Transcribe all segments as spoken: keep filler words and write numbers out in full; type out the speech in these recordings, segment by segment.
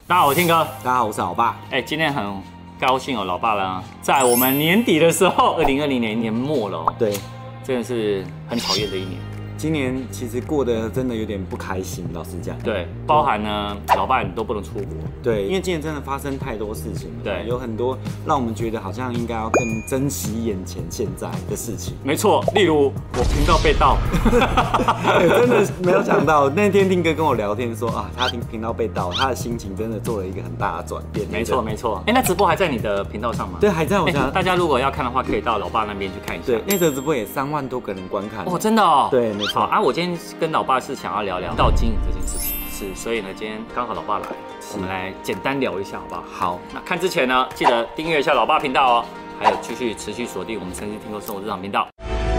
大家好，我听哥。 大家好，我是老爸。 哎，今天很高兴哦，老爸啦，在我们年底的时候，二零二零年年末了哦。 对， 真的是很讨厌的一年。 今年其实过得真的有点不开心，老实讲。 对，包含呢，老爸你都不能出国。 对，因为今年真的发生太多事情了。 对， 有很多让我们觉得好像应该要更珍惜眼前现在的事情。 没错，例如我频道被盗， 对，真的没有想到。那天听哥跟我聊天说啊，他听频道被盗，他的心情真的做了一个很大的转变。 没错没错。哎，那直播还在你的频道上吗？ 对，还在我家。 大家如果要看的话，可以到老爸那边去看一下。 对，那则直播也三万多个人观看。 哦，真的哦。 对，没错。 好啊，我今天跟老爸是想要聊聊频道经营这件事情，是，所以呢，今天刚好老爸来，我们来简单聊一下，好不好？ 好。 那看之前呢，记得订阅一下老爸频道哦，还有继续持续锁定我们曾经听过生活日常频道。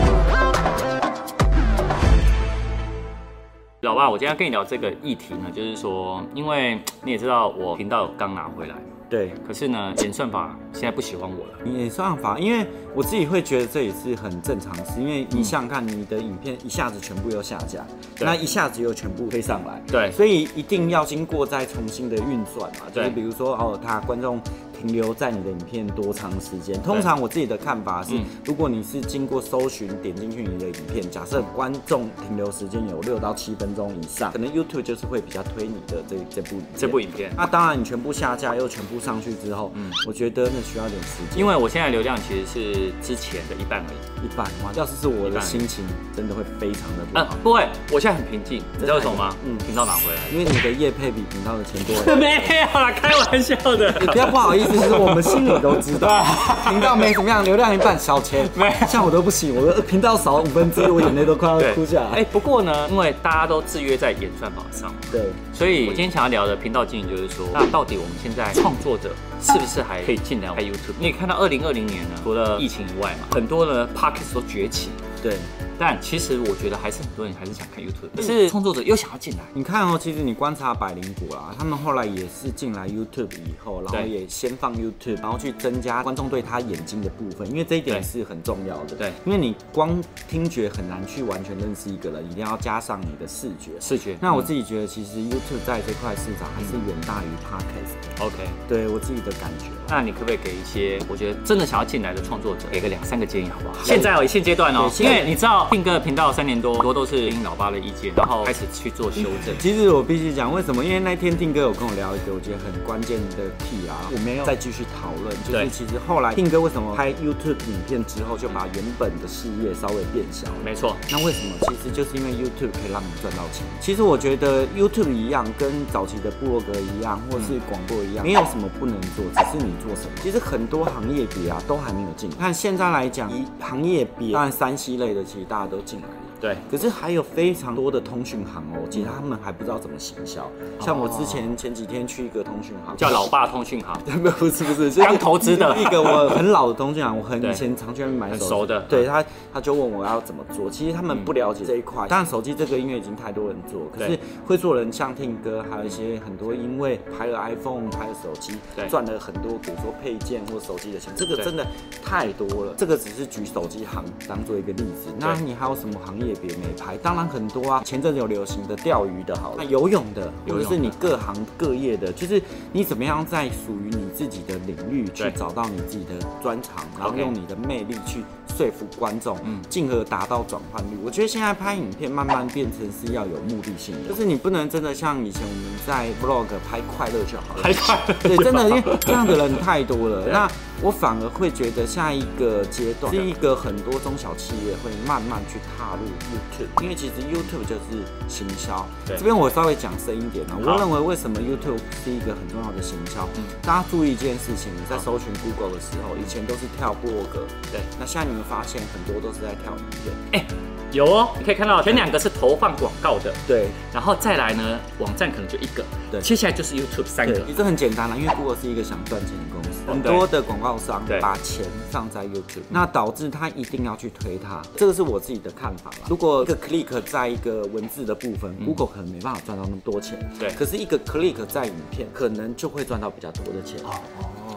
老爸，我今天要跟你聊这个议题呢，就是说，因为你也知道我频道刚拿回来。 对， 可是呢，演算法现在不喜欢我了。 演算法，因为我自己会觉得这也是很正常的事，因为你想想看，你的影片一下子全部又下架，那一下子又全部推上来， 对， 所以一定要经过再重新的运算嘛，就是比如说哦，他观众停留在你的影片多长时间？通常我自己的看法是，如果你是经过搜寻点进去你的影片，假设观众停留时间有六到七分钟以上，可能 YouTube 就是会比较推你的这这部这部影片。 那当然，你全部下架又全部上去之后，嗯，我觉得那需要点时间。 因为我现在流量其实是之前的一半而已， 一半哇！要是是我的心情，真的会非常的不好。 不会，我现在很平静。你知道为什么吗？嗯，频道拿回来， 因为你的业配比频道的钱多。 没有啦，开玩笑的。 你不要不好意思，就是我们心里都知道，频道没怎么样，流量一半小钱，没像我都不行，我的频道少五分之一，我眼泪都快要哭下来。 哎，不过呢，因为大家都制约在演算法上， 对， 所以我今天想要聊的频道经营就是说，那到底我们现在创作者是不是还可以进来拍 YouTube？ 你也看到二零二零年呢，除了疫情以外嘛，很多的 Podcast 都崛起， 对。 但其实我觉得还是很多人还是想看 YouTube， 可是创作者又想要进来。 你看哦，其实你观察百灵果啦，他们后来也是进来 YouTube 以后，然后也先放 YouTube， 然后去增加观众对他眼睛的部分，因为这一点是很重要的。对，因为你光听觉很难去完全认识一个人，一定要加上你的视觉。 视觉。 那我自己觉得，其实 YouTube 在这块市场还是远大于 Podcast。 OK， 对我自己的感觉。 那你可不可以给一些我觉得真的想要进来的创作者，给个两三个建议好不好？现在哦，现阶段哦，因为你知道。定哥频道三年多，很多都是听老爸的意见，然后开始去做修正。 其实我必须讲，为什么？因为那天定哥有跟我聊一个我觉得很关键的 key 啊，我没有再继续讨论。就是其实后来定哥为什么拍 YouTube 影片之后，就把原本的事业稍微变小？ 没错。 那为什么？其实就是因为 YouTube 可以让你赚到钱。其实我觉得 YouTube 一样，跟早期的部落格一样，或是广播一样，没有什么不能做，只是你做什么。其实很多行业别啊，都还没有进。看现在来讲，以行业别，当然三 C 类的，其实大家都进来了。 对， 可是还有非常多的通讯行哦，其实他们还不知道怎么行销。像我之前前几天去一个通讯行， 叫老爸通讯行， 不是不是， 刚投资的一个我很老的通讯行，我很以前常去那边买手机， 很熟的。 对他，他就问我要怎么做，其实他们不了解这一块。当然手机这个因为已经太多人做，可是会做人像听歌，还有一些很多因为拍了 iPhone 拍了手机，赚了很多，比如说配件或手机的钱，这个真的太多了。这个只是举手机行当做一个例子，那你还有什么行业别没拍？当然很多啊，前阵子有流行的钓鱼的，好了，那游泳的，或者是你各行各业的，就是你怎么样在属于你自己的领域去找到你自己的专长，然后用你的魅力去说服观众，进而达到转换率。我觉得现在拍影片慢慢变成是要有目的性的，就是你不能真的像以前我们在 vlog 拍快乐就好了， 拍快乐， 对，真的因为这样的人太多了。那我反而会觉得下一个阶段是一个很多中小企业会慢慢去踏入 YouTube， 因为其实 YouTube 就是行销。这边我稍微讲深一点啊，我认为为什么 YouTube 是一个很重要的行销。嗯、大家注意一件事情，你在搜寻 Google 的时候，以前都是跳部落格，对，那现在你们发现很多都是在跳影片。哎、欸有哦，你可以看到前两个是投放广告的， 对， 然后再来呢，网站可能就一个，对，接下来就是 YouTube 三个。 其实很简单啦，因为 Google 是一个想赚钱的公司，很多的广告商把钱放在 YouTube， 那导致他一定要去推它，这个是我自己的看法啦。如果一个 click 在一个文字的部分、嗯、，Google 可能没办法赚到那么多钱，对，可是一个 click 在影片，可能就会赚到比较多的钱。哦。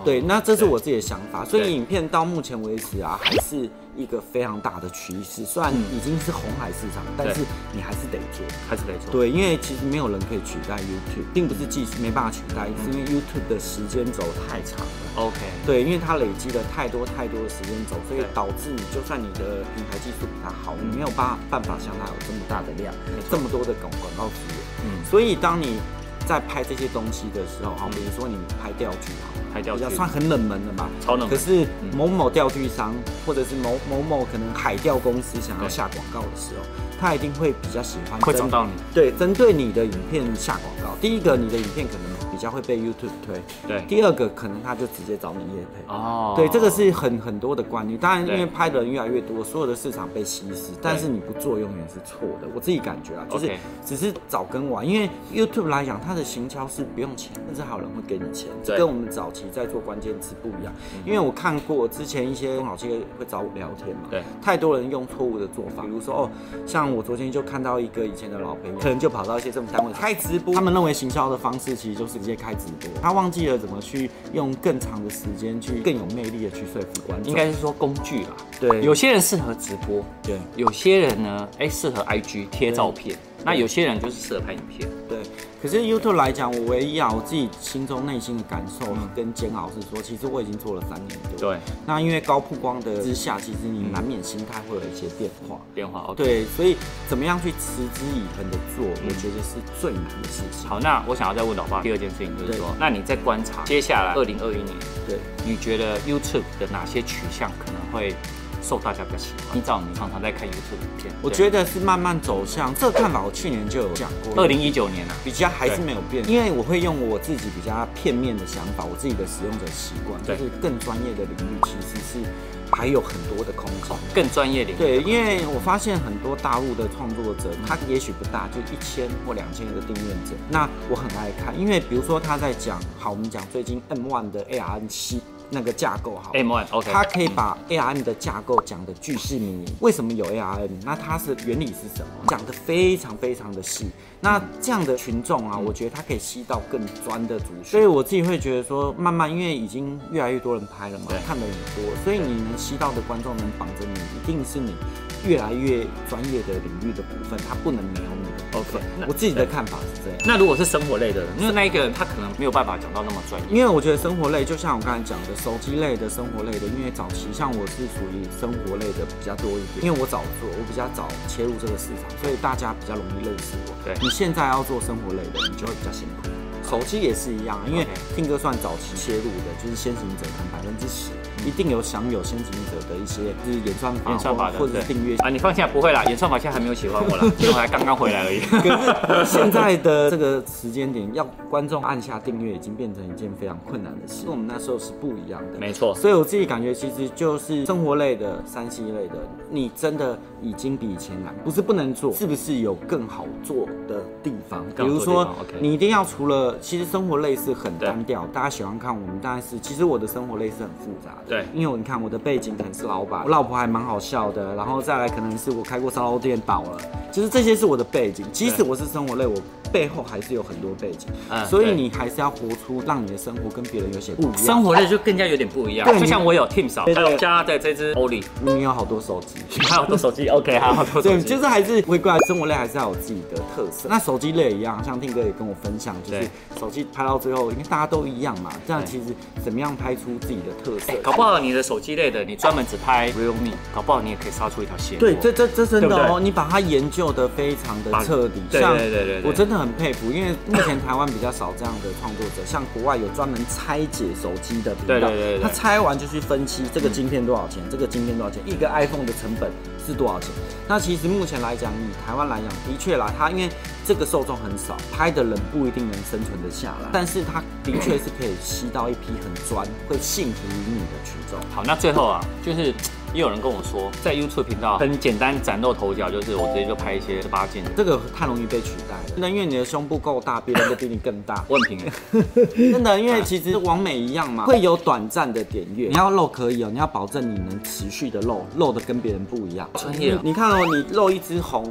对，那这是我自己的想法，所以影片到目前为止啊，还是一个非常大的趋势。虽然已经是红海市场，但是你还是得做， 还是得做。 对，因为其实没有人可以取代 YouTube， 并不是技术没办法取代，是因为 YouTube 的时间轴太长了。 OK， 对，因为它累积了太多太多的时间轴，所以导致你就算你的平台技术比它好，你没有办办法像它有这么大的量，这么多的广广告资源。嗯，所以当你在拍这些东西的时候，好，比如说你拍钓具啊， 拍钓具算很冷门的嘛， 超冷门。 可是某某钓具商或者是某某某可能海钓公司想要下广告的时候，他一定会比较喜欢会找到你， 对，针对你的影片下广告。第一个，你的影片可能比较会被 YouTube 推，对。第二个，可能他就直接找你业配。哦，对，这个是很很多的惯例。当然，因为拍的人越来越多，所有的市场被稀释，但是你不做永远是错的。我自己感觉啊，就是只是早跟晚，因为 YouTube 来讲，它的行销是不用钱，甚至还有人会给你钱，这跟我们早期在做关键字不一样。因为我看过之前一些中小企业会找我聊天嘛，对，太多人用错误的做法，比如说哦，像我昨天就看到一个以前的老朋友，可能就跑到一些政府单位开直播，他们认为行销的方式其实就是直接开直播，他忘记了怎么去用更长的时间去更有魅力的去说服观众。 应该是说工具啦， 对， 有些人适合直播，对，有些人呢，哎，适合 I G 贴照片，那有些人就是适合拍影片， 对。可是 YouTube 来讲，我唯一啊，我自己心中内心的感受跟煎熬是说，其实我已经做了三年多。对。那因为高曝光的之下，其实你难免心态会有一些变化。 变化 ，OK。 对，所以怎么样去持之以恒的做，我觉得是最难的事情。 好，那我想要再问老爸第二件事情，就是说，那你在观察接下来二零二一年，对，你觉得 YouTube 的哪些取向可能会受大家比较喜欢？依照你常常在看 YouTube 影片， 我觉得是慢慢走向这个看法。我去年就有讲过， 二零一九年啊， 比较还是没有变，因为我会用我自己比较片面的想法，我自己的使用者习惯，就是更专业的领域其实是还有很多的空间， 更专业领域。 对，因为我发现很多大陆的创作者，他也许不大，就一千或两千个订阅者，那我很爱看，因为比如说他在讲，好，我们讲最近 M 一 的 A R N 七。那个架构好 ，M 一 OK， 它可以把 A R M 的架构讲的巨细靡遗。为什么有 A R M？ 那它是原理是什么？讲的非常非常的细。那这样的群众啊，我觉得它可以吸到更专的族群。所以我自己会觉得说，慢慢因为已经越来越多人拍了嘛，看的很多，所以你能吸到的观众能绑着你，一定是你越来越专业的领域的部分，它不能没有你的部分。Okay, 我自己的看法是这样。 那如果是生活类的人，因为那一个人他可能没有办法讲到那么专业。 因为我觉得生活类，就像我刚才讲的，手机类的、生活类的，因为早期像我是属于生活类的比较多一点，因为我早做，我比较早切入这个市场，所以大家比较容易认识我。对，你现在要做生活类的，你就会比较辛苦。手机也是一样，因为听歌算早期切入的，就是先行者可能百分之十。一定有享有先行者的一些就是演算法、演算法或者是订阅啊，你放心，不会啦，演算法现在还没有喜欢我啦，因为我还刚刚回来而已。 可是现在的这个时间点，要观众按下订阅已经变成一件非常困难的事，跟我们那时候是不一样的。 没错， 所以我自己感觉其实就是生活类的、三 C 类的，你真的已经比以前难，不是不能做，是不是有更好做的地方？比如说，你一定要除了，其实生活类是很单调，大家喜欢看我们，当然是其实我的生活类是很复杂的。对，因为你看我的背景可能是老板，我老婆还蛮好笑的，然后再来可能是我开过烧肉店倒了，就是这些是我的背景。即使我是生活类，我背后还是有很多背景，嗯、所以你还是要活出让你的生活跟别人有些不一样。 生活类就更加有点不一样，对，就像我有 Team 嫂，还有加的这只欧里， 你有好多手机， 还有好多手机 ，OK， 还有好多手机， 就是还是回归来生活类还是要有自己的特色。那手机类一样，像听哥也跟我分享，就是手机拍到最后，因为大家都一样嘛，这样其实怎么样拍出自己的特色？ 搞不好你的手机类的，你专门只拍 Realme， 搞不好你也可以杀出一条线。 对，这这这真的哦，你把它研究的非常的彻底。 对对对对， 我真的很佩服，因为目前台湾比较少这样的创作者，像国外有专门拆解手机的频道，对对对，他拆完就去分析这个晶片多少钱，这个晶片多少钱，一个 iPhone 的成本是多少钱。那其实目前来讲，以台湾来讲，的确啦，它因为这个受众很少，拍的人不一定能生存得下来，但是它的确是可以吸到一批很专、会信服于你的群众。 好，那最后啊，就是也有人跟我说，在 YouTube 频道很简单崭露头角，就是我直接就拍一些十八禁， 这个太容易被取代了。那因为你的胸部够大，别人都比你更大。 我很平哎， 真的，因为其实网美一样嘛，会有短暂的点阅，你要露可以哦，你要保证你能持续的露，露的跟别人不一样。 专业， 你看哦，你露一只红。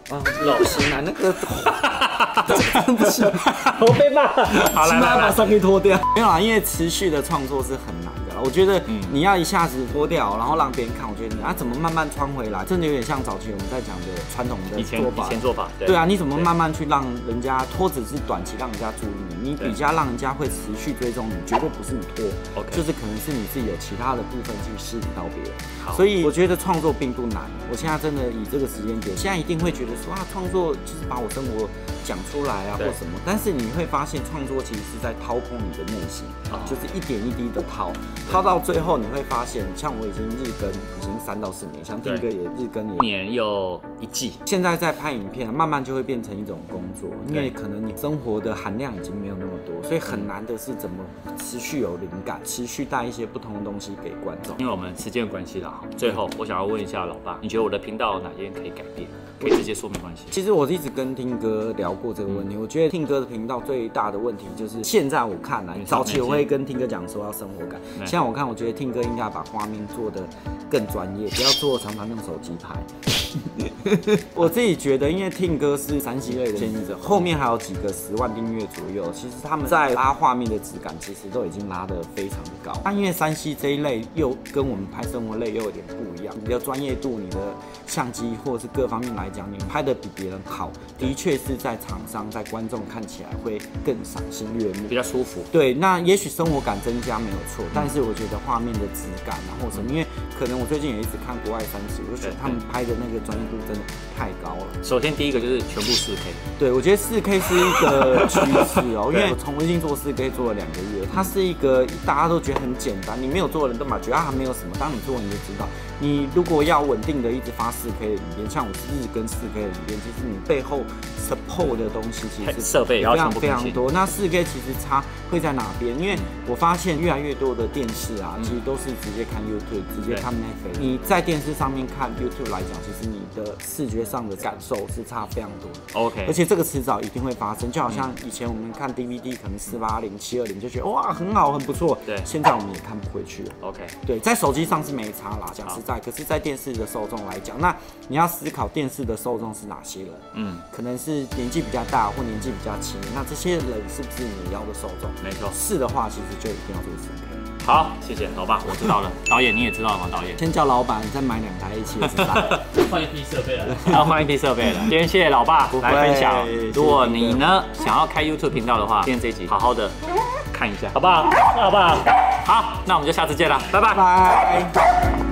啊，不行啊，那个，真不行， 我被骂。好了，起码把上衣脱掉。没有啦，因为持续的创作是很难的啦。我觉得你要一下子脱掉，然后让别人看，我觉得你要怎么慢慢穿回来，真的有点像早期我们在讲的传统的做法。 以前做法， 对啊，你怎么慢慢去让人家脱只是短期让人家注意你，你比较让人家会持续追踪你，绝对不是你脱，就是可能是你自己有其他的部分去吸引到别人。所以我觉得创作并不难。我现在真的以这个时间点，现在一定会觉得说啊，创作就是把我生活讲出来啊，或什么。但是你会发现，创作其实是在掏空你的内心，就是一点一滴的掏，掏到最后你会发现，像我已经日更已经三到四年，像丁哥也日更也一年又一季。 现在在拍影片，慢慢就会变成一种工作，因为可能你生活的含量已经没有那么多，所以很难的是怎么持续有灵感，持续带一些不同的东西给观众。 因为我们时间关系啦，最后我想要问一下老爸，你觉得我的频道有哪些可以改变？可以直接说没关系。 其实我一直跟听哥聊过这个问题，我觉得听哥的频道最大的问题就是现在我看来，早期我会跟听哥讲说要生活感，现在我看我觉得听哥应该把画面做得更专业，不要做常常用手机拍。我自己觉得，因为听哥是三 C 类的建议者，后面还有几个十万订阅左右，其实他们在拉画面的质感，其实都已经拉得非常的高。那因为三 C 这一类又跟我们拍生活类又有点不一样，你的专业度、你的相机或者是各方面来讲，你拍的比别人好，的确是在厂商、在观众看起来会更赏心悦目， 比较舒服。 对，那也许生活感增加没有错，但是我觉得画面的质感啊或什么，因为可能我最近也一直看国外三 C， 我就觉得他们拍的那个专业度真的太高了。 首先第一个就是全部 四 K， 对，我觉得 四 K 是一个趋势哦，因为我从微信做 四 K 做了两个月，它是一个大家都觉得很简单，你没有做的人都嘛觉得它没有什么，当你做你就知道。你如果要稳定的一直发 四 K 的影片，像我是日更 四 K 的影片，其实你背后 support 的东西其实设备非常非常多。那 四 K 其实差会在哪边？因为我发现越来越多的电视啊，其实都是直接看 YouTube， 直接看 Netflix。你在电视上面看 YouTube 来讲，其实你的视觉上的感受是差非常多的。 OK， 而且这个迟早一定会发生，就好像以前我们看 D V D 可能四八零、七二零就觉得哇很好很不错， 对， 现在我们也看不回去了。 OK， 对， 在手机上是没差啦，讲实在，可是在电视的受众来讲，那你要思考电视的受众是哪些人？嗯，可能是年纪比较大或年纪比较轻，那这些人是不是你要的受众？ 没错， 是的话，其实就一定要做四 K。 好，谢谢老爸，我知道了。导演你也知道了吗？导演， 先叫老板再买两台 A 七 S 三， 换一批设备了， 要换一批设备了。今天谢谢老爸来分享。如果你呢想要开 YouTube 频道的话，今天这一集好好的看一下，好不好？好不好？好，那我们就下次见了，拜拜。 拜。